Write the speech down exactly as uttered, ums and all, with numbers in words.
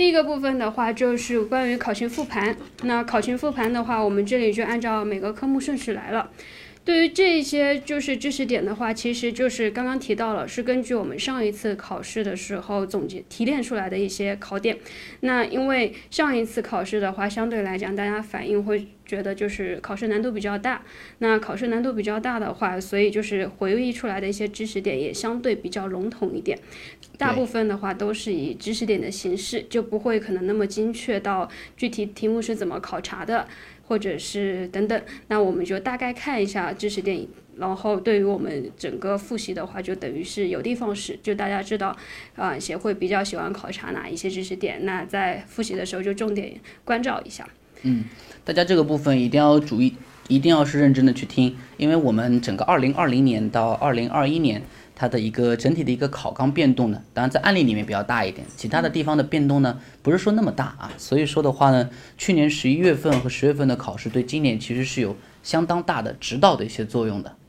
第一个部分的话就是关于考勤复盘。那考勤复盘的话，我们这里就按照每个科目顺序来了。对于这些就是知识点的话，其实就是刚刚提到了，是根据我们上一次考试的时候总结提炼出来的一些考点。那因为上一次考试的话，相对来讲大家反应会觉得就是考试难度比较大，那考试难度比较大的话，所以就是回忆出来的一些知识点也相对比较笼统一点，大部分的话都是以知识点的形式，就不会可能那么精确到具体题目是怎么考察的，或者是等等。那我们就大概看一下知识点，然后对于我们整个复习的话，就等于是有的放矢，就大家知道啊、呃，协会比较喜欢考察哪一些知识点，那在复习的时候就重点关照一下。 嗯，大家这个部分一定要注意，一定要是认真的去听，因为我们整个二零二零年到二零二一年它的一个整体的一个考纲变动呢，当然在案例里面比较大一点，其他的地方的变动呢不是说那么大啊，所以说的话呢，去年十一月份和十月份的考试对今年其实是有相当大的指导的一些作用的。